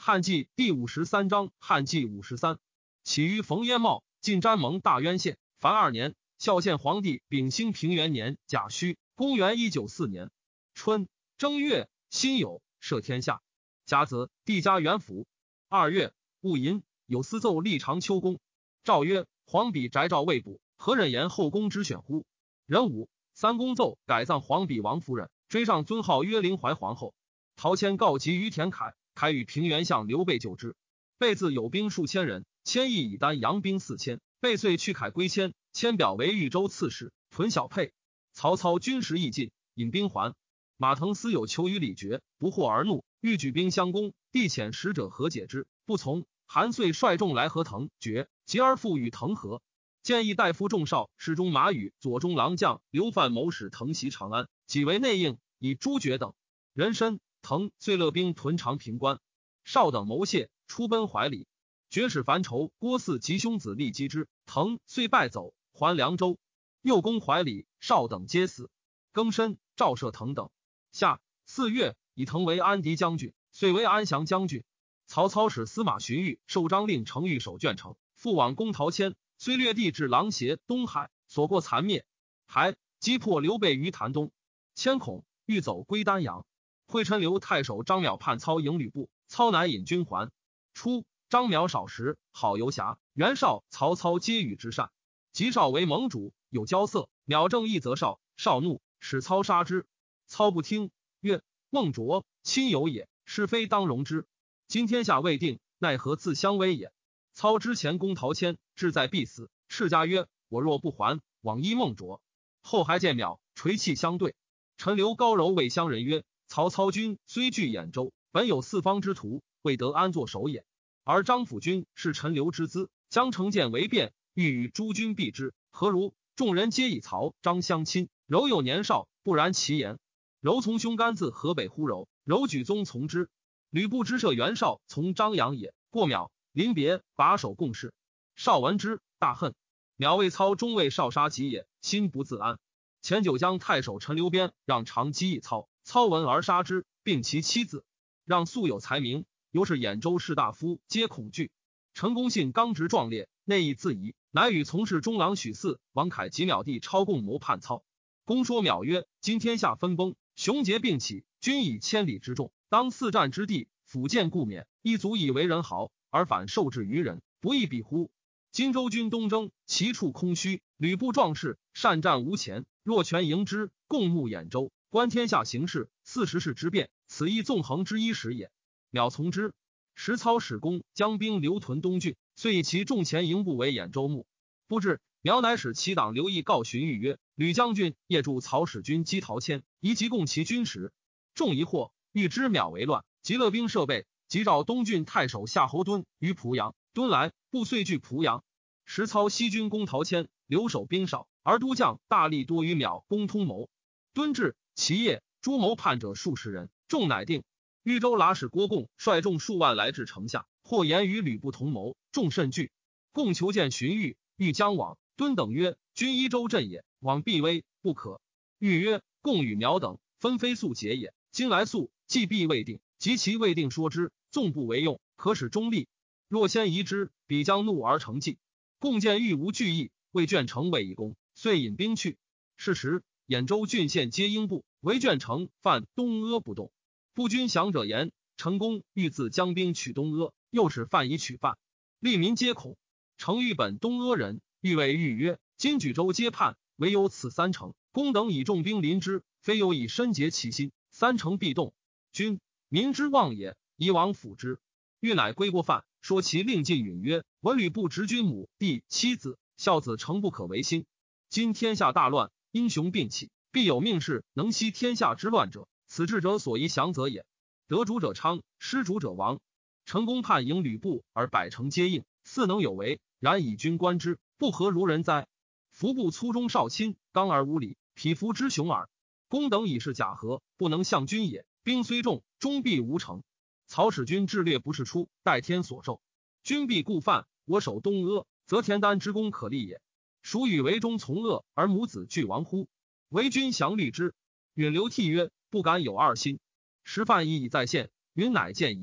汉纪第53章。汉纪53，起于冯延茂，晋詹蒙大渊县。凡2年，孝献皇帝秉兴平元年甲戌，公元194年春正月，辛酉，赦天下。甲子，帝加元辅。2月，戊寅，有司奏立长秋宫。诏曰：皇比翟诏未补，何忍言后宫之选乎？壬午，三公奏改葬皇比王夫人，追上尊号曰灵怀皇后。陶谦告急于田凯，凯与平原相刘备救之。备自有兵数千人，千亿以丹阳兵4000。备遂去凯归谦，谦表为豫州刺史，屯小沛。曹操军时亦尽，引兵还。马腾私有求于李傕，不获而怒，欲举兵相攻。帝遣使者和解之，不从。韩遂率众来和腾、傕，结而复与腾和。建议大夫仲绍、侍中马宇、左中郎将刘范谋使腾袭长安，己为内应，以朱傕等人参。腾遂勒兵屯长平关。绍等谋谢，出奔怀里。傕使樊稠、郭汜及兄子力击之，腾遂败走，还凉州。又攻怀里，绍等皆死。庚申，诏赦腾等。夏4月，以腾为安狄将军，遂为安祥将军。曹操使司马荀彧受章令程昱守鄄城，复往攻陶谦，虽略地至琅邪、东海，所过残灭。还击破刘备于潭东。谦恐，欲走归丹阳。惠陈留太守张邈叛操迎吕布，操乃引军还。初，张邈少时，好游侠，袁绍、曹操皆与之善。及绍为盟主，有骄色，邈正义责绍，绍怒，使操杀之。操不听，曰：孟卓，亲友也，是非当容之。今天下未定，奈何自相危也？操之前攻陶谦，志在必死。敕加曰：我若不还，往依孟卓。后还见邈，垂泣相对。陈留高柔谓乡人曰：曹操军虽据兖州，本有四方之徒，未得安坐守也。而张辅军是陈留之资，将成建为变，欲与诸军避之，何如？众人皆以曹、张相亲，柔有年少，不然其言。柔从兄干自河北忽柔，柔举宗从之。吕布之射袁绍从张杨也，过邈，临别，把手共事。绍闻之，大恨。邈谓操终为绍杀己也，心不自安。前九江太守陈留边让长击以操，操闻而杀之，并其妻子。让素有才名，尤是兖州士大夫皆恐惧。陈公信刚直壮烈，内意自疑，乃与从事中郎许嗣、王凯及邈弟超共谋叛操。公说邈曰：今天下分崩，雄杰并起，君以千里之众，当四战之地，辅建固免，亦足以为人豪，而反受制于人，不亦比乎？荆州军东征，其处空虚，吕布壮士，善战无前，若全迎之，共牧兖州，观天下形势，40世之变，此亦纵横之一时也。邈从之。时操使公将兵留屯东郡，遂以其众前营部为兖州牧。不至，邈乃使其党刘毅告荀彧曰：吕将军夜助曹使军击陶谦，宜急供其军时。众疑惑，欲知邈为乱，即勒兵设备，即召东郡太守夏侯惇于濮阳。惇来，部遂据濮阳。时操西军攻陶谦，留守兵少，而都将大力多于邈攻通谋。惇至，其夜，诸谋叛者数十人，众乃定。豫州剌史郭贡率众数万来至城下，或言与吕布同谋，众甚惧。贡求见荀彧，欲将往。惇等曰：君一州镇也，往必危，不可。彧曰：贡与邈等分非速捷也，今来速，计必未定，及其未定说之，纵不为用，可使中立。若先疑之，彼将怒而成计。贡见彧无惧意，为鄄城未以攻，遂引兵去。是时，兖州郡县皆应部，唯鄄城犯东阿不动。步军降者言，陈宫欲自将兵取东阿，又使范以取范，吏民皆恐。程昱本东阿人，欲谓彧曰：今举州皆叛，唯有此3城，公等以重兵临之，非有以深结其心，3城必动。君民之望也，以往辅之。彧乃归过范，说其令进允曰：闻吕布执君母弟妻子，孝子诚不可为心。今天下大乱，英雄并起，必有命士能息天下之乱者，此智者所宜降则也。得主者昌，失主者亡。陈宫叛迎吕布，而百城皆应，似能有为，然以军观之，不合如人哉？服部粗中少亲，刚而无礼，匹夫之雄耳。公等以是假和，不能向军也。兵虽重，终必无成。曹使君智略不是出，待天所受。君必固犯，我守东阿，则田丹之功可立也。孰与为中从恶，而母子俱亡乎？为君降虑之。允流涕曰：不敢有二心。时范以在县，允乃见疑，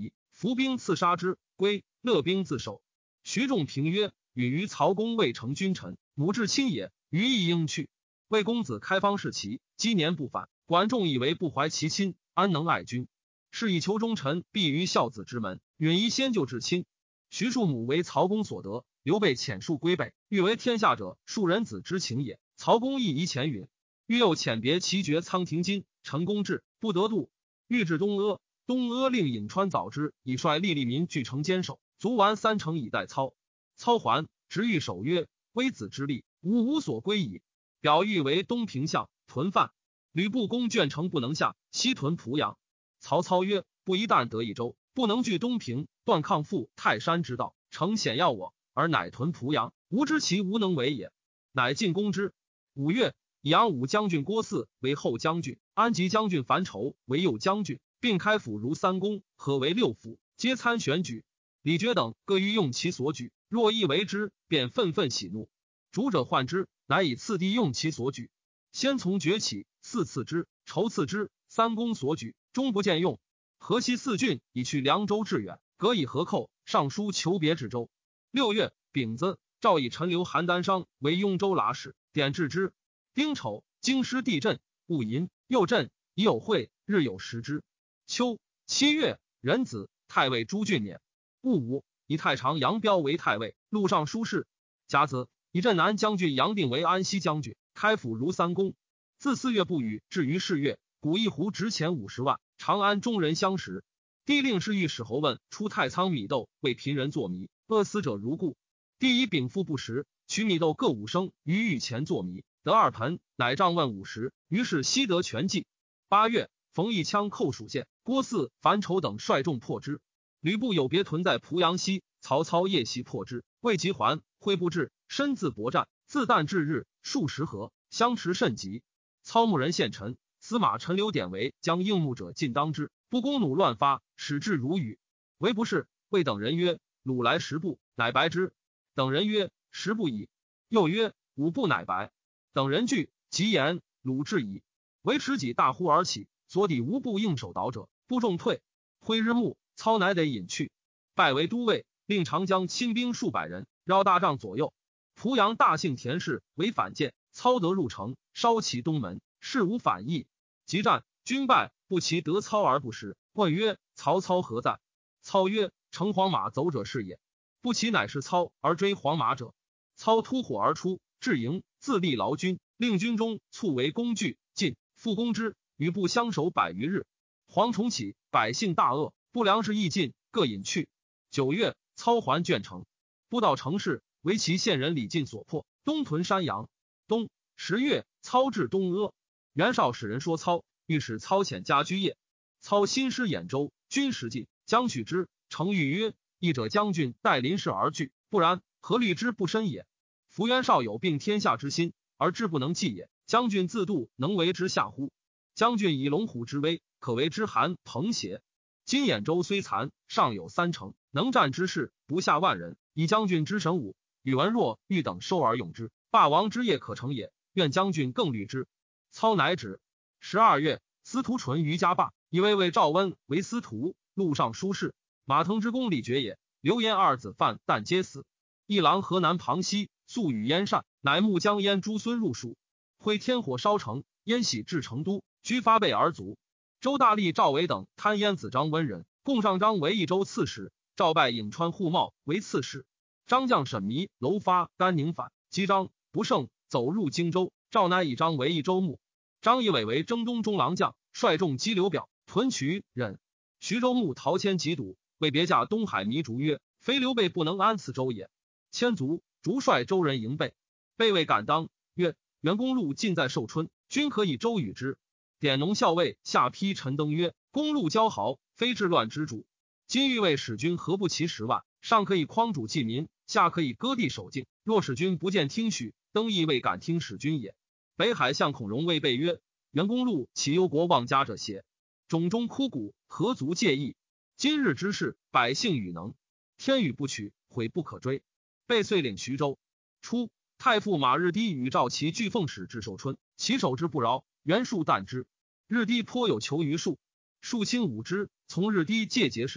伏兵刺杀之，归。乐兵自守。徐仲平曰：允于曹公未成君臣，母至亲也，余亦应去。魏公子开方弑其，积年不返。管仲以为不怀其亲，安能爱君？是以求忠臣，必于孝子之门。允宜先就至亲。徐庶母为曹公所得，刘备遣庶归北，欲为天下者庶人子之情也。曹公亦宜遣允。欲又遣别其爵仓亭津，陈公至，不得度。欲至东阿，东阿令颍川早之，以率吏吏民俱城坚守，卒完3城以待操。操还，执御守曰：微子之力，吾无所归矣。表欲为东平相，屯犯。吕布攻鄄城不能下，西屯濮阳。曹操曰：不一旦得一州，不能据东平，断抗复泰山之道，诚险要我，而乃屯濮阳，吾知其无能为也。乃进攻之。5月，以扬武将军郭汜为后将军，安吉将军樊稠为右将军，并开府如3公，合为6府，皆参选举。李傕等各欲用其所举，若亦为之，便愤愤喜怒。主者患之，乃以次第用其所举。先从崛起，4次之，筹次之，3公所举，终不见用。河西4郡以去凉州致远，革以河寇，上书求别至州。6月，丙子，诏以陈留邯郸商为雍州剌史，典治之。丁丑，京师地震，戊寅，又震，已有会，日有食之。秋7月，壬子，太尉朱俊免。戊午，以太常杨彪为太尉，录尚书事。甲子，以镇南将军杨定为安西将军，开府如3公。自4月不雨，至于4月，古一湖值钱50万，长安中人相识。帝令侍御史侯问出太仓米豆，为贫人作糜，饿死者如故。帝以禀赋不实，取米豆各5升于御前作糜，得2盆，乃杖问50，于是悉得全计。8月，冯一羌寇蜀县，郭汜、樊稠等率众破之。吕布有别屯在濮阳西，曹操夜袭破之，未及还，挥不至，身自搏战，自旦至日，数十合，相持甚急。操牧人献陈，司马陈留典为将应募者尽当之，不攻弩乱发，使至如雨。唯不是，谓等人曰：鲁来10步，乃白之。等人曰：10步矣。又曰：5步乃白。等人惧，急言：鲁至矣。唯持戟大呼而起，所抵无不应手倒者，不中退。挥日暮，操乃得引去，拜为都尉，令长江亲兵数百人，绕大帐左右。濮阳大姓田氏为反间，操得入城，烧其东门，事无反意。即战，军败，不其得操而不食。问曰：曹操何在？操曰：乘黄马走者是也。不其乃是操而追黄马者。操突火而出，至营，自立劳军，令军中卒为工具，进复攻之，与不相守100余日。蝗虫起，百姓大恶，不粮食亦尽，各引去。9月，操还鄄城，不到城市，为其县人李进所破，东屯山阳。冬10月，操至东阿。袁绍使人说操，欲使操遣家居业。操新师兖州，军食尽，将取之。程昱曰：义者将军待临事而惧，不然，何虑之不深也？夫袁绍有并天下之心，而志不能济也。将军自度，能为之下乎？将军以龙虎之威，可为之韩彭邪。今兖州虽残，尚有3城，能战之士不下万人。以将军之神武，宇文若、欲等收而用之，霸王之业可成也。愿将军更虑之。操乃止。12月，司徒纯于家罢，以为赵温为司徒，录尚书事。马腾之公李傕也。刘焉2子范旦皆死。一郎河南庞熙素与燕善，乃募将燕诸孙入蜀，挥天火烧城，燕喜至成都，居发备而卒。周大力、赵伟等贪燕子张温人，共上张为益州刺史。赵拜颍川护茂为刺史。张将沈弥、楼发、甘宁反击张不胜，走入荆州。赵乃以张为益州牧。张以伟为征东中郎将，率众击刘表，屯衢、忍。徐州牧陶谦疾堵，为别驾东海糜竺曰：非刘备不能安此州也。谦卒，逐率州人迎备。备未敢当，曰：袁公路尽在寿春，君可以周与之。典农校尉下邳陈登曰：公路骄豪，非治乱之主。今欲为使君何不齐10万？上可以匡主济民，下可以割地守境。若使君不见听许，登亦未敢听使君也。北海相孔融谓备曰：袁公路岂忧国忘家者邪？冢中枯骨，何足介意？今日之事，百姓与能，天与不取，悔不可追。备遂领徐州。初，太傅马日低与赵齐俱奉使至寿春，其守之不饶，袁术惮之。日低颇有求于术，术轻侮之，从日低借节使之，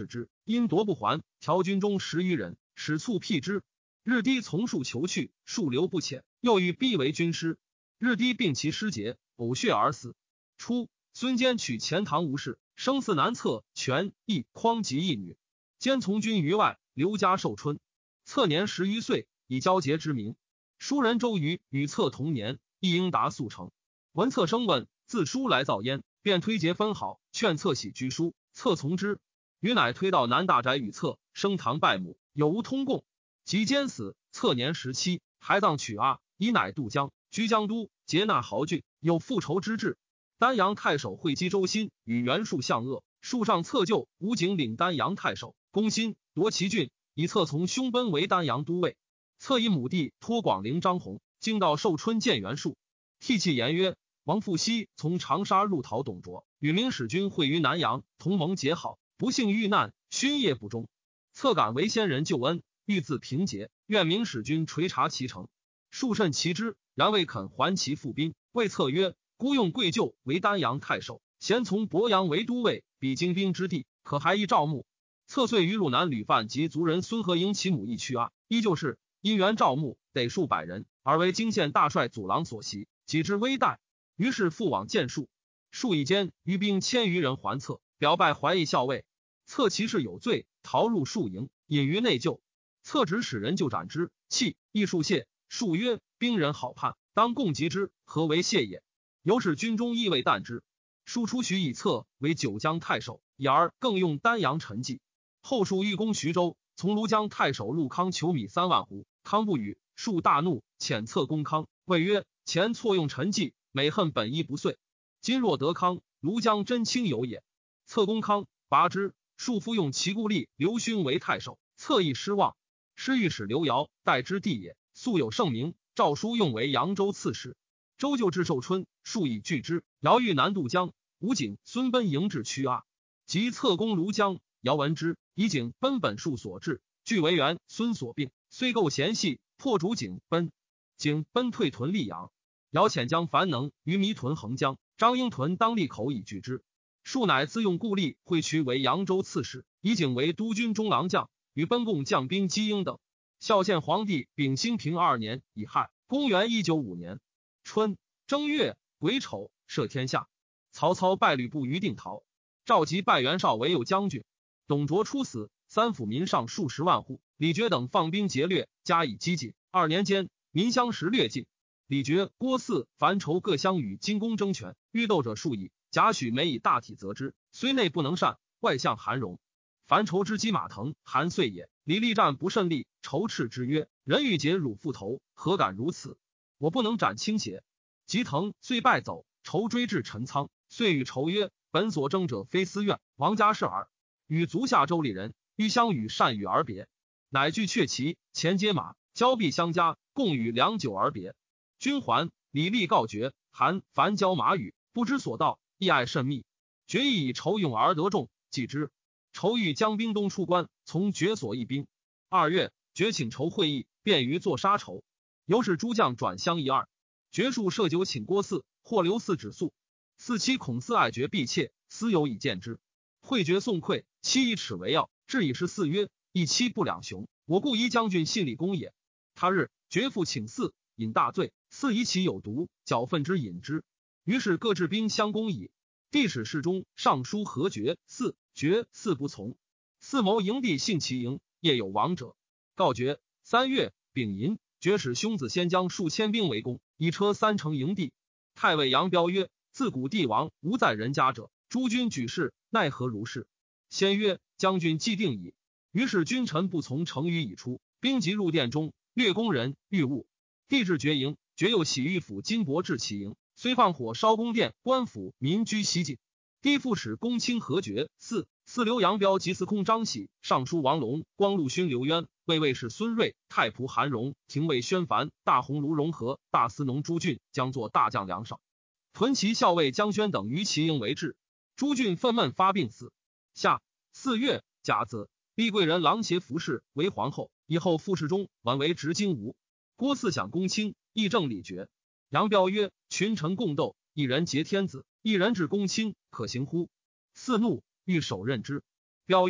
因夺不还，调军中10余人，使卒辟之。日低从数求去，数流不遣，又欲逼为军师。日低病其师节，呕血而死。初，孙坚娶钱塘吴氏，生嗣难测，权义匡及一女。坚从军于外，留家寿春。策年10余岁，以交节之名。书人周瑜与策同年，亦应达速成。闻策生问，自书来造焉，便推节分好，劝策喜居书，策从之。余乃推到南大宅与策，升堂拜母，有无通共。及坚死，策年17，还葬曲阿，以乃渡江，居江都，结纳豪俊，有复仇之志。丹阳太守会稽周新与袁术相恶，术上策就，吴景领丹阳太守，攻新，夺其郡，以策从凶奔为丹阳都尉。策以母弟托广陵张宏，经到寿春见袁术，涕泣言曰：王父熙从长沙入讨董卓，与明使君会于南阳，同盟结好，不幸遇难，勋业不忠。策敢为先人救恩，欲自平节，愿明使君垂察其成。术甚其之，然未肯还其复兵。谓策曰：孤用贵厩为丹阳太守，咸从鄱阳为都尉，比精兵之地，可还一赵牧。策遂与鲁南吕范及族人孙和迎其母一去阿，依旧是因援赵牧，得数百人，而为荆县大帅祖郎所袭，己之危殆。于是复往见术，术以间余兵1000余人还策，表拜怀义校尉。策其事有罪，逃入术营，隐于内疚。策指使人就斩之，弃亦术谢。术曰：兵人好叛，当共击之，何为谢也？由是军中亦未惮之。术出许以策为九江太守，以而更用丹阳陈济。后术欲攻徐州，从庐江太守陆康求米3万斛，康不与，术大怒，遣策攻康，谓曰：前错用陈济，每恨本意不遂，今若得康，庐江真卿有也。策攻康，拔之。术复用其故吏刘勋为太守，策亦失望。师御史刘繇代之地也，素有盛名。诏书用为扬州刺史。周就至寿春，术以拒之。姚欲南渡江，吴景、孙奔迎至曲阿，及策攻庐江。姚闻之，以景奔本术所至，据为援，孙所病，虽构嫌隙，破主景奔。景奔退屯溧阳。姚遣将樊能于弥屯横江，张英屯当利口以拒之。术乃自用故吏会渠为扬州刺史，以景为督军中郎将，与奔共将兵击英等。孝献皇帝秉兴平2年乙亥，公元195年春正月癸丑，赦天下。曹操败吕布于定陶，召集拜袁绍为右将军。董卓初死，三府民上数十万户，李傕等放兵劫掠，加以激进。2年间，民相识略尽。李傕、郭汜、樊稠各相与荆公争权，欲斗者数矣。贾诩每以大体责之，虽内不能善，外向韩荣。樊稠之击马腾、韩遂也。李力战不甚利，仇斥之曰：人欲劫汝父头，何敢如此？我不能斩倾邪？及腾遂败走，仇追至陈仓，遂与仇曰：本所争者非私怨，王家事耳。与足下州里人欲相与善语而别，乃具阙骑，前接马，交臂相加，共与良久而别。君还，李力告绝，韩、樊交马语，不知所到，意爱甚密。决意以仇勇而得众，继之。仇欲将兵东出关，从决所一兵。2月，决请仇会议，便于作杀仇。由是诸将转相议二。决数设酒请郭汜，或刘汜止诉。汜妻恐汜爱决婢妾，私有以见之。会决送馈，妻以耻为要，至以是汜曰：一妻不两雄，我故宜将军信立功也。他日，决父请汜，饮大醉，汜疑其有毒，搅粪之饮之。于是各置兵相攻矣。帝使侍中上书和决决不从。汜谋营地信其营，夜有亡者。告决。3月丙寅，决使兄子先将数千兵围攻，以车3乘营地。太尉杨彪曰：自古帝王无在人家者，诸君举事，奈何如是？先曰：将军既定矣。于是君臣不从城隅已出，兵即入殿中，掠宫人御物。帝至决营，决又喜御府金帛至其营，虽放火烧宫殿、官府，民居西进。帝复使公卿和决汜留杨彪及司空张喜、尚书王龙、光禄勋刘渊、卫尉士孙睿、太仆韩荣、廷尉宣凡、大鸿胪荣和、大司农朱俊将作大将梁少。屯骑校尉江宣等于其营为质。朱俊愤懑发病死。夏4月甲子，立贵人郎协服氏为皇后，以后副侍中完为执金吾。郭汜想公卿，议政礼决。杨彪曰：群臣共斗，一人劫天子，一人至公卿，可行乎？汜怒，欲手刃之。彪曰：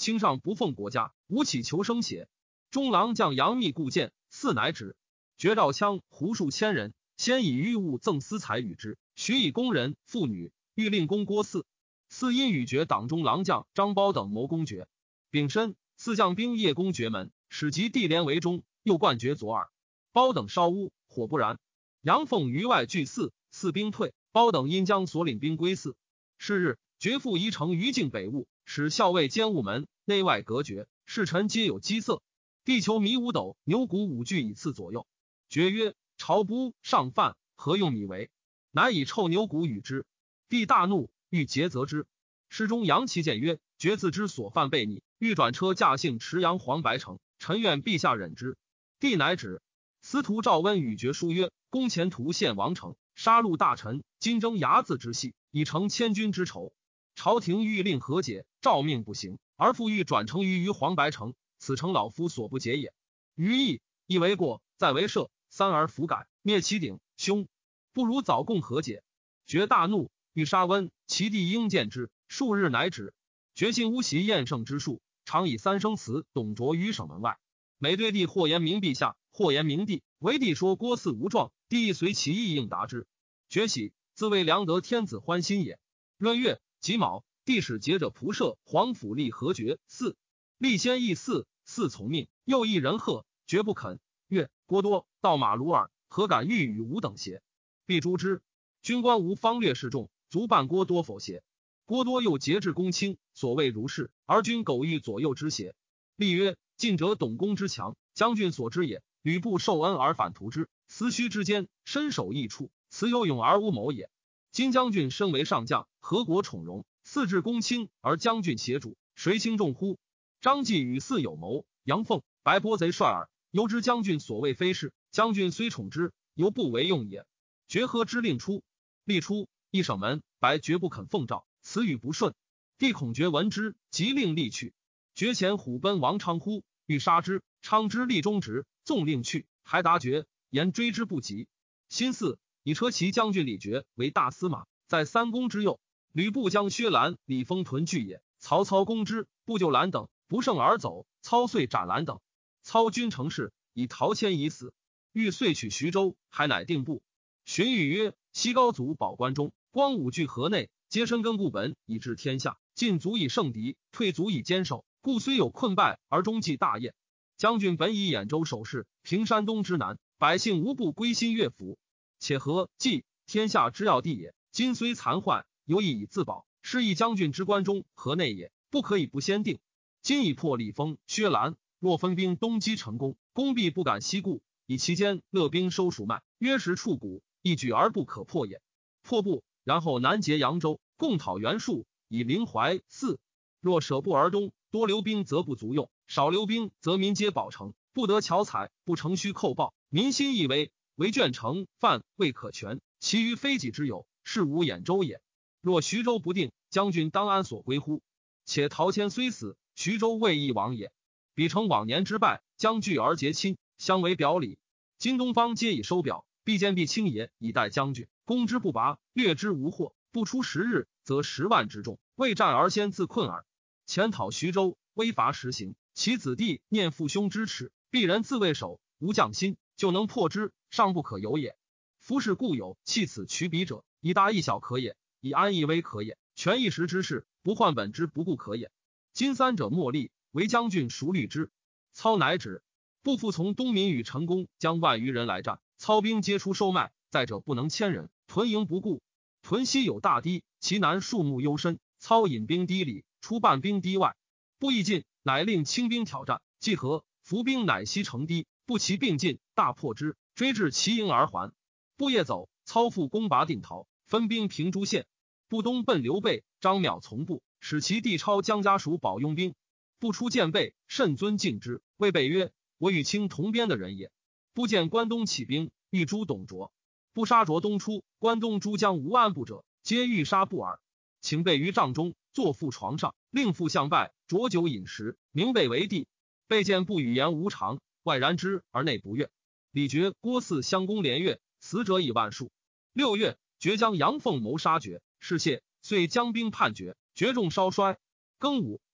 卿上不奉国家，无起求生邪？中郎将杨密固谏，嗣乃止。绝赵羌胡数千人，先以御物赠私财与之，许以宫人妇女，欲令公郭汜。汜因与绝党中郎将张苞等谋公爵。丙申，汜将兵夜攻绝门，使及地连为中，又灌绝左耳。苞等烧屋，火不燃。杨凤于外拒汜，汜兵退，苞等因将所领兵归汜。是日，绝复移城于境北务，使校尉监务门，内外隔绝，侍臣皆有饥色。地求米五斗，牛骨5具以次左右。绝曰：朝不上饭，何用米为？乃以臭牛骨与之。帝大怒，欲竭责之。诗中杨其谏曰：绝自知所犯悖逆，欲转车驾幸池阳黄白城，臣愿陛下忍之。帝乃止。司徒赵温与绝书曰：公前途陷王城，杀戮大臣，今争睚眦之隙，以成千军之仇。朝廷欲令和解，诏命不行，而复欲转城于黄白城，此诚老夫所不解也。于亦为过，再为赦，三而弗改，灭其鼎兄，不如早共和解。绝大怒，欲杀温，其弟应见之，数日乃止。绝信乌袭宴胜之术，常以三生祠董卓于省门外。每对帝或言明陛下，或言明帝，为帝说郭汜无状，帝亦随其意应答之。绝喜，自谓良得天子欢心也。闰月己卯，帝使节者仆射皇甫立何绝汜。立先议汜，汜从命，又议人贺，绝不肯。曰：郭多盗马卢耳，何敢欲与吾等邪？必诛之。军官无方略示众，足办郭多否邪？郭多又节制公卿，所谓如是，而君苟欲左右之邪？立曰：晋者董公之强，将军所知也。吕布受恩而反图之，思虚之间，身首异处，此有勇而无谋也。今将军身为上将，何国宠荣，嗣至公卿而将军协主，谁轻重乎？张继与汜有谋，杨凤、白波贼帅耳，犹知将军所谓非是，将军虽宠之，犹不为用也。绝何之令出？立出，一省门，白绝不肯奉诏，此语不顺。帝恐绝闻之，即令立去。绝前虎奔王昌乎，欲杀之，昌之立中直，纵令去，还答绝，言追之不及。辛巳，以车骑将军李傕为大司马，在三公之右。吕布将薛兰、李丰屯聚也，曹操攻之，不救兰等，不胜而走。操遂斩兰等。操军成事，以陶谦已死，欲遂取徐州，还乃定步。荀彧曰：西高祖保关中，光武据河内，皆深根固本，以治天下。进足以胜敌，退足以坚守，故虽有困败，而终继大业。将军本以兖州守势，平山东之南，百姓无不归心乐服。且何冀天下之要地也，今虽残坏，犹以自保，是以将军之关中河内也，不可以不先定。今已破李丰、薛兰，若分兵东击成功，攻必不敢西顾，以其间勒兵收蜀脉，约时触谷，一举而不可破也。破不，然后南结扬州，共讨袁术，以临淮汜。若舍不而东，多留兵则不足用，少留兵则民皆保城，不得巧采，不乘虚寇报，民心亦危。唯卷城犯未可全，其余非己之有，是无兖州也。若徐州不定，将军当安所归乎？且陶谦虽死，徐州未易亡也。彼承往年之败，将聚而结亲，相为表里。今东方皆以收表，必见必卿也，以待将军。攻之不拔，略之无获，不出10日，则10万之众，未战而先自困耳。前讨徐州，威伐实行，其子弟念父兄之耻，必人自卫守，无将心，就能破之，尚不可有也。夫是故有弃此取彼者，以大一小可也，以安易危可也，权一时之事，不患本之不顾可也。今三者莫立，为将军孰虑之？操乃止。不服从东民与陈宫将万余人来战，操兵皆出收麦，再者不能千人，屯营不顾。屯西有大堤，其南树木幽深，操引兵堤里，出半兵堤外，不易进，乃令轻兵挑战，既合，伏兵乃西城堤，不齐并进，大破之，追至其营而还。不夜走，操复攻拔定陶，分兵平诸县。不东奔刘备，张邈从部，使其弟超江家属保拥兵。不出见备，甚尊敬之，谓备曰：我与卿同边的人也。不见关东起兵，欲诛董卓，不杀卓东出，关东诸将无安部者，皆欲杀不耳。请备于帐中，坐赴床上，令父相拜，酌酒饮食，名备为帝。备见不语言无常，外然之而内不悦。李傕、郭汜相攻连月，死者以万数。6月，傕将杨凤谋杀傕，是谢，遂将兵叛傕，傕众稍衰。庚午，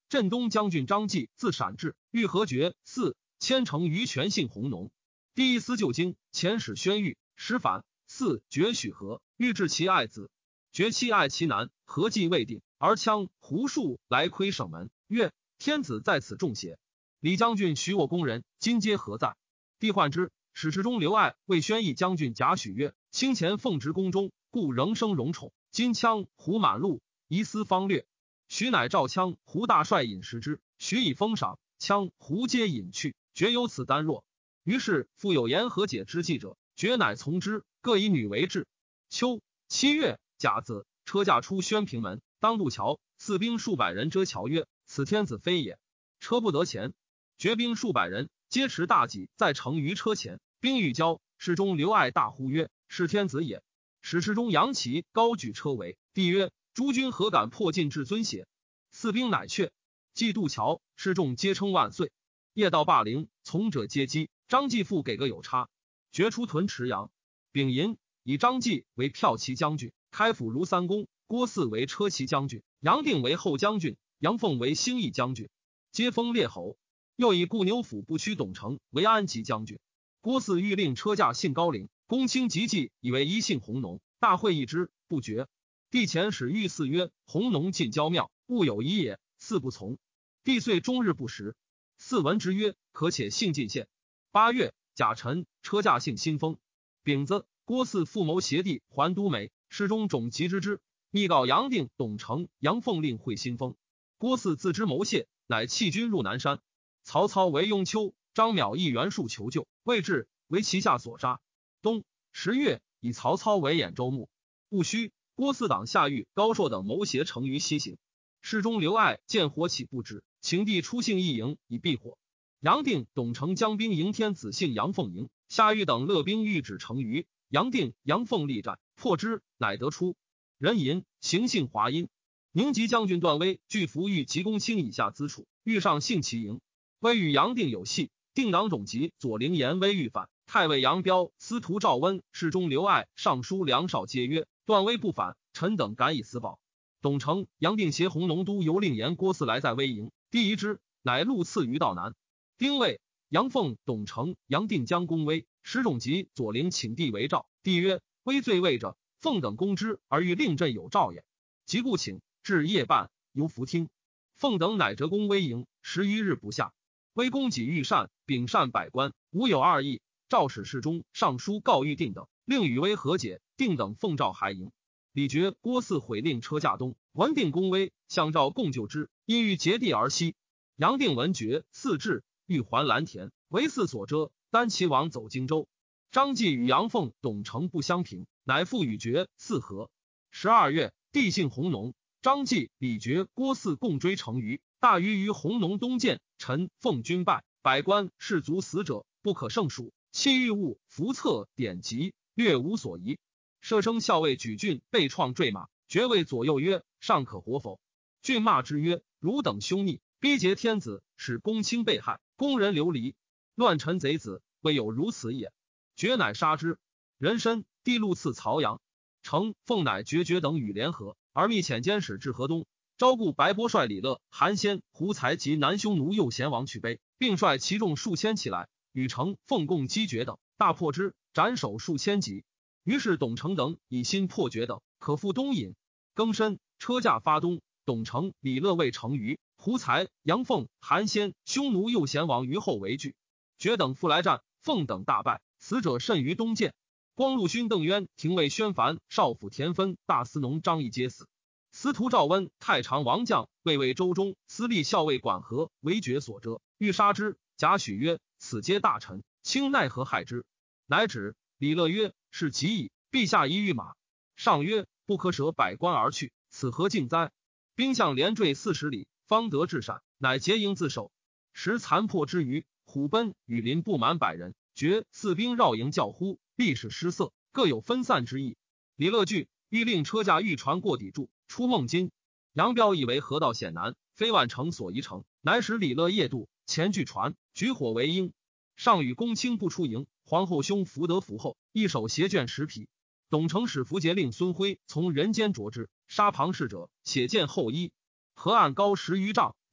镇东将军张继自陕至，欲和决4迁城于权姓弘农。第一司旧京遣使宣谕，使反。4决许和，欲治其爱子。决妻爱其男，何计未定，而羌胡术来窥省门，曰：天子在此重邪？李将军许我宫人，今皆何在？帝患之。使侍中刘爱为宣义将军贾诩曰：卿前奉职宫中，故仍生荣宠。今羌胡满路，疑思方略。许乃召羌胡大帅饮食之，许以封赏，羌胡皆饮去，决由此单弱。于是复有言和解之计者，决乃从之，各以女为质。秋7月甲子，车驾出宣平门，当渡桥，四兵数百人遮桥，曰：此天子非也。车不得前，决兵数百人皆持大戟在城于车前，兵欲交，侍中刘爱大呼曰：是天子也。使侍中杨琦高举车围，帝曰：诸军何敢破进至尊邪？四兵乃却。既渡桥，士众皆称万岁。夜到霸陵，从者皆击。张继复给个有差，决出屯池阳。丙寅，以张继为骠骑将军，开府如三公，郭汜为车骑将军，杨定为后将军，杨凤为兴义将军，皆封列侯。又以固牛府不屈董承为安吉将军。郭汜欲令车驾姓高陵，公卿及计以为一姓弘农，大会议之，不决。帝遣使谕汜曰：弘农进郊庙，勿有疑也。汜不从。帝遂终日不食。汜闻之曰：可且幸进献。8月甲辰，车驾姓新丰。丙子，郭汜复谋挟帝还都美，侍中种疾之，密告杨定、董承、杨凤令会新丰。郭汜自知谋泄，乃弃军入南山。曹操为雍丘，张邈亦袁术求救，未至，为其下所杀。冬10月，以曹操为兖州牧。戊戌，郭汜党夏玉、高硕等谋挟成于西行。侍中刘爱见火起不止，请帝出幸义营以避火。杨定、董承将兵迎天子姓杨凤营，夏玉等勒兵欲止成于。杨定、杨凤力战，破之，乃得出。人吟，行姓华阴。宁吉将军段威据服御及公卿以下资处，欲上幸其营。威与杨定有隙，定党种疾左灵颜威欲反，太尉杨彪、司徒赵温、侍中刘爱、尚书梁绍皆曰：段威不反，臣等敢以死保。董承、杨定携弘农都游令言郭汜来在威营，帝疑之，乃路次于道南。丁未，杨凤、董承、杨定将攻威，使种疾左灵请帝为诏。帝曰：威罪位者，凤等攻之而欲令朕有诏也。即故请，至夜半，犹弗听。凤等乃折攻威营，10余日不下。威公己御膳，秉膳百官，无有二意。诏使侍中、尚书告谕定等，令与威和解。定等奉诏还营。李傕、郭汜毁令车驾东，闻定攻威，相召共救之，因欲结地而西。杨定闻决，汜至，欲还蓝田，为汜所遮，单骑往走荆州。张继与杨凤、董承不相平，乃复与决、汜和。12月，帝幸弘农，张继、李傕、郭汜共追成于。大余于弘农东见，陈奉军败，百官士卒死者不可胜数，弃御物、符册、典籍，略无所疑。舍生校尉举郡被创坠马，爵位左右曰：尚可活否？郡骂之曰：汝等凶逆，逼劫天子，使公卿被害，宫人流离，乱臣贼子，未有如此也。爵乃杀之。人参，帝禄赐曹阳。程奉乃决等与联合，而密遣监使至河东，招顾白波帅李乐、韩先、胡才及南匈奴右贤王去卑，并率其众数千起来，与程奉共击决等，大破之，斩首数千级。于是董承等以心破决等，可复东引。庚申，车驾发东，董承、李乐为成于，胡才、杨凤、韩先、匈奴右贤王于后为惧。决等复来战，凤等大败，死者甚于东涧。光禄勋邓渊、廷尉宣凡、少府田芬、大司农张翼皆死。司徒赵温、太常王将、卫尉周忠、司隶校尉管和为决所遮，欲杀之。贾诩曰：此皆大臣，卿奈何害之？乃止。李乐曰：是极矣，陛下宜御马。上曰：不可舍百官而去，此何敬哉？兵相连坠40里，方得至陕，乃结营自守。时残破之余，虎贲、羽林不满100人，决、汜兵绕营叫呼，力士失色，各有分散之意。李乐惧，欲令车驾御船过砥柱，出孟津。杨彪以为河道险难，非万乘所宜乘，乃使李乐夜渡，前据船，举火为缨。上与公卿不出营，皇后兄福德服后，一手携卷10匹。董承使符节令孙辉从人间着之，杀庞氏者，且见后衣。河岸高10余丈，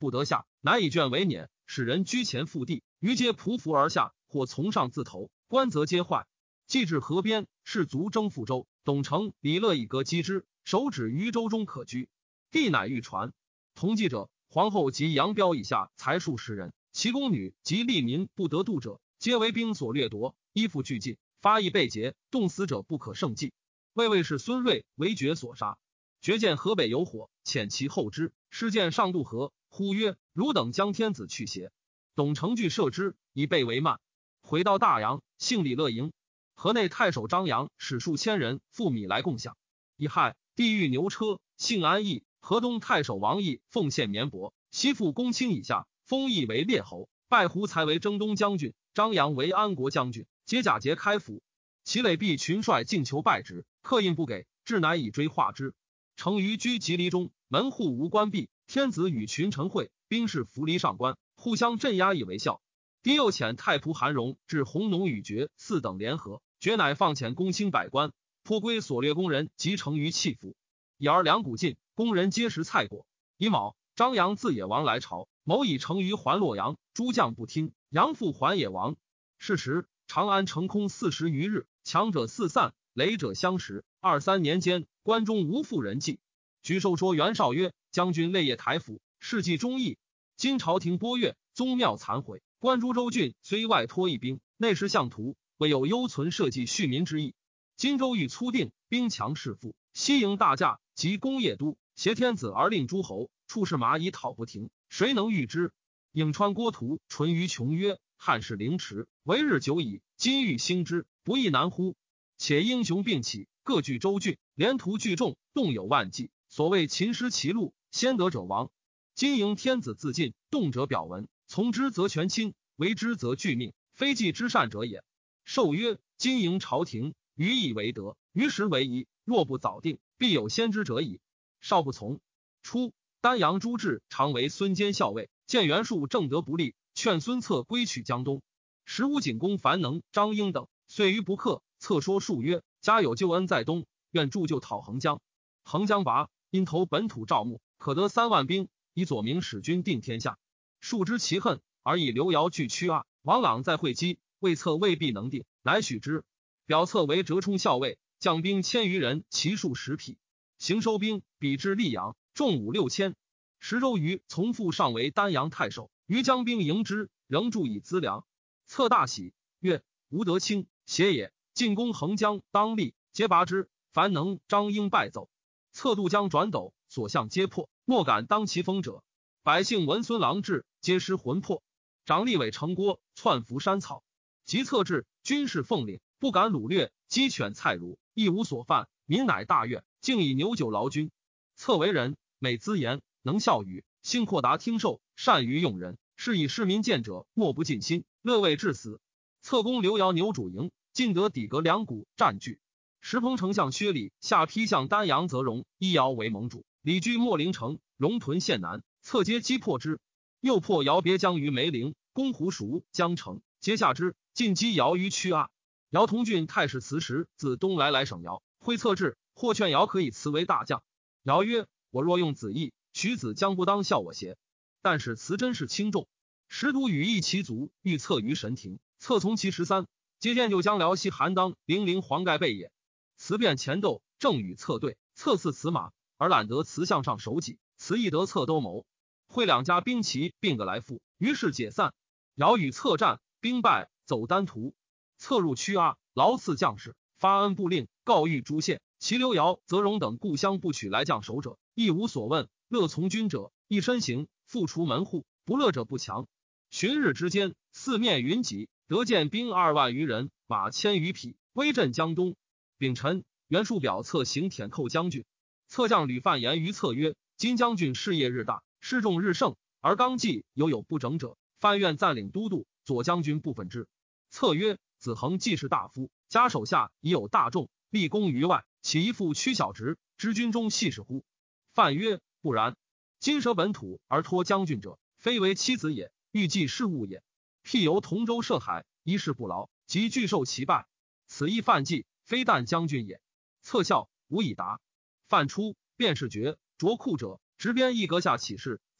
不得下，乃以卷为辇，使人居前腹地，余皆匍匐而下，或从上自投，官则皆坏。既至河边，士卒征覆州，董承、李乐以革击之，手指于州中可居。帝乃御传。同济者，皇后及杨彪以下才数10人，其宫女及利民不得度者，皆为兵所掠夺，衣服俱尽，发役被劫，冻死者不可胜计。魏氏孙睿为决所杀。决见河北有火，遣其后之，师见上渡河，呼曰：汝等将天子去邪？董承惧射之，以备为慢。回到大阳，幸李乐营。河内太守张扬使数千人赴米来共享。乙亥，帝御牛车，幸安邑。河东太守王毅奉献绵薄，西附公卿以下，封毅为列侯，拜胡才为征东将军，张扬为安国将军，皆假节开府。其累必群帅进求拜职，刻印不给，至乃以追化之。成于居吉离中，门户无关闭，天子与群臣会，兵士扶离上官，互相镇压以为效。帝又遣太仆韩荣至弘农与决4等联合，决乃放遣公卿百官，颇归所掠工人及成于弃府。已而粮谷尽，工人皆食菜果。乙卯，张扬自野王来朝，谋以成于还洛阳，诸将不听，杨复还野王。是时长安成空40余日，强者四散，累者相食。23年间，关中无复人迹。举手说袁绍曰：将军累业台府，事迹忠义。今朝廷拨越，宗庙残毁，关诸州郡虽外托一兵，内实相图，未有忧存社稷恤民之意。荆州欲粗定，兵强势富，西营大驾及功业都，挟天子而令诸侯，处事马以讨不停，谁能御之？颍川郭图淳于琼曰：汉室凌迟，为日久矣，今欲兴之，不亦难乎？且英雄并起，各据州郡，连途聚众，动有万计。所谓秦失其路，先得者亡。今迎天子自尽，动者表文，从之则全亲，为之则拒命，非计之善者也。授曰：今迎朝廷，于以为德，于时为宜，若不早定，必有先知者矣。少不从。初，丹阳朱治常为孙坚校尉，见袁术正德不利，劝孙策归取江东。时吴景公樊能、张英等遂于不克。策说术曰：家有旧恩在东，愿助救讨横江。横江拔，因投本土赵牧，可得3万兵，以左明使君定天下。术知其恨，而以刘繇拒屈阿，王朗在会稽，魏策未必能定，乃许之。表策为折冲校尉，将兵1000余人，骑数10匹。行收兵，比至溧阳，众5、6千。石周瑜从父上为丹阳太守，于将兵迎之，仍助以资粮。策大喜，曰：吾得卿，邪也。进攻横江，当立，皆拔之。樊能、张英败走。策渡江转斗，所向皆破，莫敢当其锋者。百姓闻孙郎至，皆失魂魄。长吏委城郭，窜伏山草。及策至，军士奉领，不敢掳掠，鸡犬菜乳，亦无所犯，民乃大悦，竟以牛酒劳军。策为人，美咨言，能笑语，性阔达听受，善于用人，是以市民见者莫不尽心，乐为至死。策攻刘繇牛渚营，尽得底阁2谷，占据。石彭丞相薛礼下邳向丹阳，则荣、伊瑶为盟主，李居秣陵城，荣屯县南，策皆击破之。又破姚别江于梅陵，攻胡熟、江城，皆下之，进击姚于曲阿。姚同郡太史慈时自东来省姚，会策至，或劝姚可以辞为大将。姚曰：我若用子义，许子将不当效我邪？但使慈真是轻重。时独羽翼其足，欲策于神庭，策从其13，皆见就将辽西邯郸、零黄盖背也。辞便前斗，正与策对，策似辞马，而揽得辞项上首级，辞亦得策兜谋。会2家兵旗并个来复，于是解散。姚与策战，兵败，走丹徒。策入曲阿，劳赐将士，发恩部令，告谕诸县。其刘繇、泽荣等故乡不取来将守者，亦无所问。乐从军者，一身行，复除门户；不乐者不强。旬日之间，四面云集，得见兵2万余人，马1000余匹，威震江东。丙辰，袁术表策行舔寇将军。策将吕范言于策曰：今将军事业日大，士众日盛，而纲纪有不整者，范愿暂领都督、左将军部分之。策曰：子恒既是大夫，家手下已有大众，立功于外，岂一复屈小职，知军中细事乎？范曰：不然。今舍本土而托将军者，非为妻子也，欲济事务也。譬由同州涉海，一事不劳，即拒受其败，此亦犯忌，非但将军也。策笑，无以答。范出，便是绝着裤者，执鞭一阁下起事，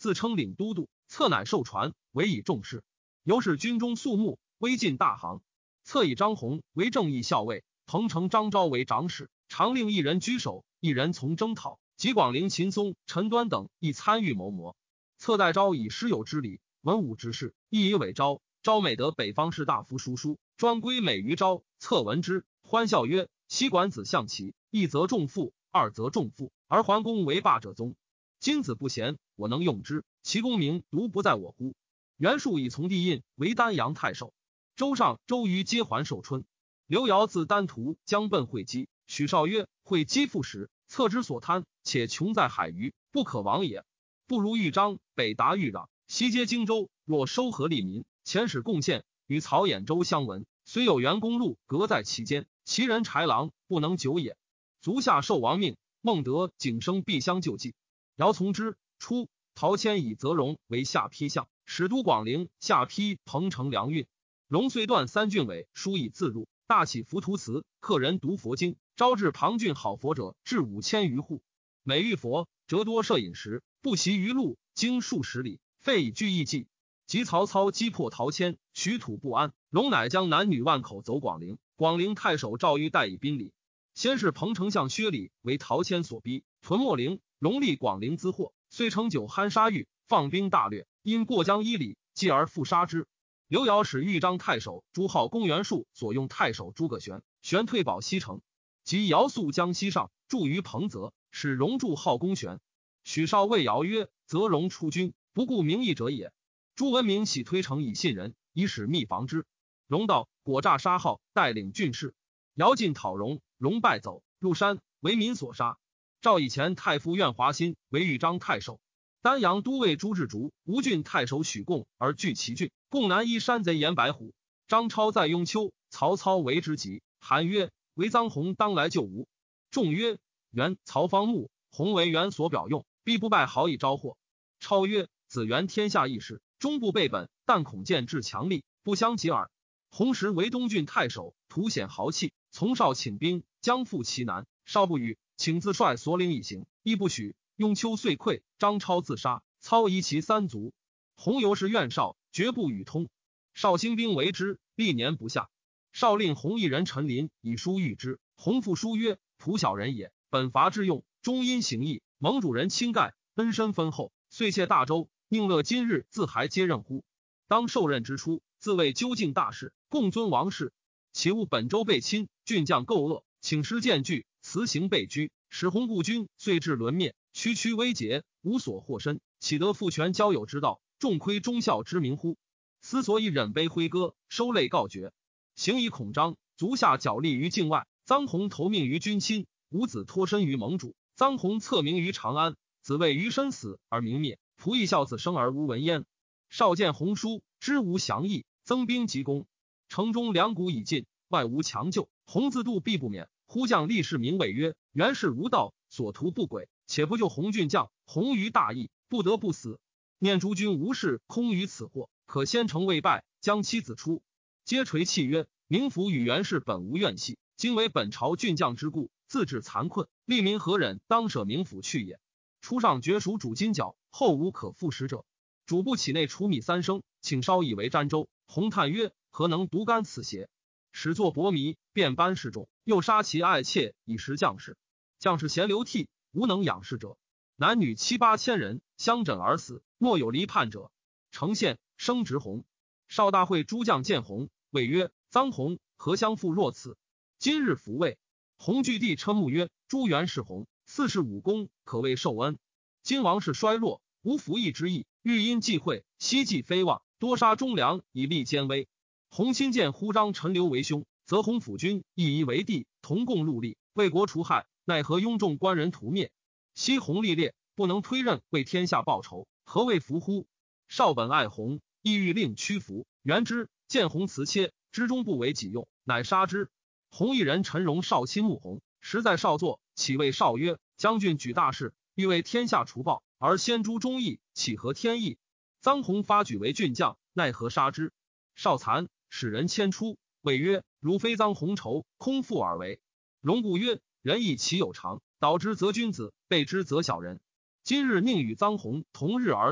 自称领都督，策乃受传，委以重事。由是军中肃穆，威进大行。策以张宏为正义校尉，彭城张昭为长史，常令一人居守，一人从征讨。及广陵秦松、陈端等亦参与谋谋。策代昭以师友之礼，文武之事，亦以委昭。昭每得北方士大夫书书，专归美于昭。策闻之，欢笑曰：西管子象棋，一则重父，二则重父，而桓公为霸者宗。今子不贤，我能用之，其功名独不在我乎？袁术以从弟印为丹阳太守。周上、周瑜皆还寿春。刘繇自丹徒将奔会稽，许绍曰：会稽复时，策之所贪，且穷在海隅，不可亡也。不如豫章，北达豫壤，西接荆州，若收合利民，遣使贡献，与曹兖州相闻，虽有袁公路隔在其间，其人豺狼，不能久也。足下受亡命，孟德、景生必相救济。姚从之。初，陶谦以泽荣为下邳相，使都广陵，下邳彭城粮运。荣遂断三郡委，书以自入，大起浮屠祠，客人读佛经，招致庞郡好佛者至5000余户。每遇佛，折多设饮食，不习于路，经数十里，费以聚义计。及曹操击破陶谦，许土不安，荣乃将男女万口走广陵。广陵太守赵玉代以宾礼。先是彭丞相薛礼为陶谦所逼，屯秣陵，荣立广陵资货，遂乘酒酣杀狱，放兵大掠，因过江1里，继而复杀之。刘繇使豫章太守朱浩公袁术所用太守诸葛玄，玄退保西城。及姚肃江西上，驻于彭泽，使荣助号公玄。许绍谓姚曰：则荣出军，不顾名义者也。朱文明喜推诚以信人，以使密防之。荣到，果诈杀号，带领郡士。姚进讨荣，荣败走，入山，为民所杀。赵以前太傅苑华新为豫章太守。丹阳都尉朱志竹、吴郡太守许贡而据其郡，贡南依山贼严白虎。张超在雍丘，曹操为之急，韩曰：为臧洪当来救吴。众曰：袁、曹方木，洪为袁所表用，必不败好以招祸。超曰：子袁天下义士，终不备本，但恐见至强力，不相及耳。洪时为东郡太守，图显豪气，从少请兵，将赴其南，少不与，请自率所领以行，亦不许。雍丘遂溃，张超自杀，操夷其3族。洪由是怨少，绝不与通。少兴兵为之，历年不下。少令洪一人陈琳以书谕之，洪复书曰：仆小人也，本伐之用，终因行义，蒙主人亲盖，恩深丰厚，遂窃大周，宁乐今日自还接任乎？当受任之初，自谓究竟大事，共尊王室。其物本州被侵，郡将构恶，请师见惧，辞行被居，使洪故军遂至沦灭。区区危竭，无所获身，岂得父权交友之道，重亏忠孝之名乎？思所以忍悲挥歌，收泪告绝。行以恐张，足下角力于境外。臧洪投命于君亲，伍子脱身于盟主。臧洪册名于长安，子谓于身死而名灭。仆役孝子生而无闻焉。少见洪书，知无降义，增兵急攻。城中粮谷已尽，外无强救，洪自度必不免。忽将立士名谓曰：袁氏无道，所图不轨，且不救洪郡将，洪于大义，不得不死。念诸君无事，空于此祸，可先成未败，将妻子出。皆垂泣曰：明府与袁氏本无怨隙，今为本朝郡将之故，自致残困，利民何忍当舍明府去也？初上绝蜀主金角，后无可复食者。主部岂内储米3升，请稍以为沾粥。洪叹曰：何能独甘此邪？始作薄靡，便班示众，又杀其爱妾以食将士。将士咸流涕，无能养士者。男女7、8千人，相枕而死，莫有离叛者。成县升职洪。少大会诸将见洪，谓曰：臧洪何相负若此？今日复位。洪据地称目曰：朱元是洪，4世武功，可谓受恩。今王室衰弱，无服役之意，欲因忌讳，希冀非望，多杀忠良以立奸威。洪亲见呼张陈留为兄，则洪辅军以夷为帝，同共戮力，为国除害，奈何雍众官人屠灭？昔洪历烈，不能推任，为天下报仇，何谓服乎？少本爱洪，意欲令屈服。元之，见洪辞切，之中不为己用，乃杀之。洪一人陈荣少亲慕洪，实在少作，岂谓少曰：将军举大事，欲为天下除暴，而先诛忠义，岂合天意？臧洪发举为郡将，奈何杀之？少残，使人迁出，谓曰：如非臧洪仇，空腹而为。荣故曰：人亦其有常，导之则君子，备之则小人。今日宁与臧洪同日而死，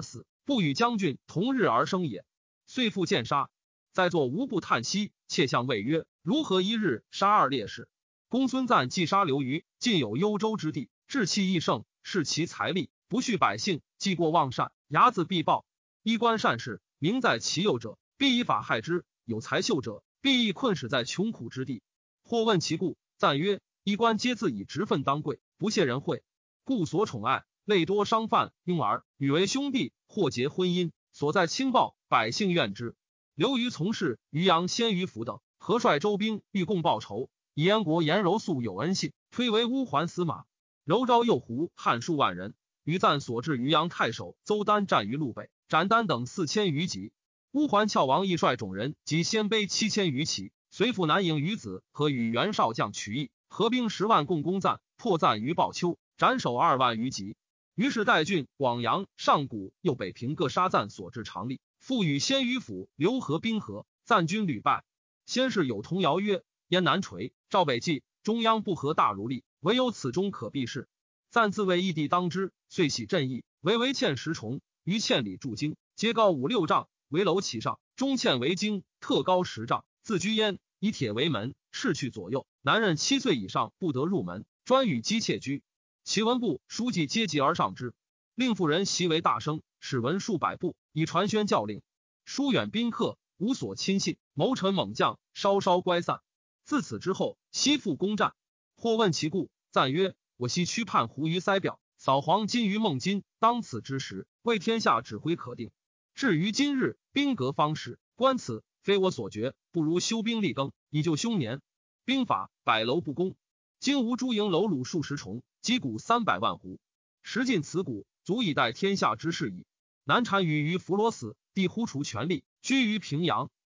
不与将军同日而生也。遂复见杀。在座无不叹息，窃向谓曰：如何一日杀二烈士？公孙瓒既杀刘虞，尽有幽州之地，志气益盛，视其财力，不恤百姓，既过妄善，睚眦必报。衣冠善事，名在其右者，必以法害之；有才秀者，必亦困使在穷苦之地。或问其故，赞曰：衣冠皆自以职分当贵，不屑人惠，故所宠爱，类多商贩婴儿，与为兄弟，或结婚姻，所在轻暴，百姓怨之。刘虞从事渔阳先于福等，何率周兵欲共报仇，以燕国颜柔素有恩信，推为乌桓司马。柔昭右胡汉数万人，于赞所至渔阳太守邹丹战于路北，斩丹等4000余级。乌桓翘王亦率种人及鲜卑7000余骑，随赴南颍于子和与袁绍将曲义，合兵10万共攻赞，破赞于鲍丘，斩首2万余级。于是代郡、广阳、上谷、右北平各杀赞所至常力，复与鲜于府刘和兵合，赞军屡败。先是有童谣曰：燕南垂，赵北济，中央不和大如力，唯有此中可避事。赞自谓义帝当之，遂喜朕意，为堑10重，于堑里筑京，皆高5、6丈，围楼其上，中堑为京，特高10丈，自居焉，以铁为门，斥去左右。男人7岁以上不得入门，专与姬妾居。其文部书记皆集而上之，令妇人习为大声，使文数百部，以传宣教令。疏远宾客，无所亲信，谋臣猛将，稍稍乖散。自此之后，悉复攻战。或问其故，赞曰：我昔驱叛胡于塞表，扫黄金于孟津，当此之时，为天下指挥可定。至于今日，兵革方始，观此，非我所决，不如休兵立耕，以救凶年。兵法：百楼不攻。今吴诸营楼橹数十重，击鼓300万斛，时尽此鼓，足以待天下之事矣。南单于弗罗斯，帝呼除权力，居于平阳。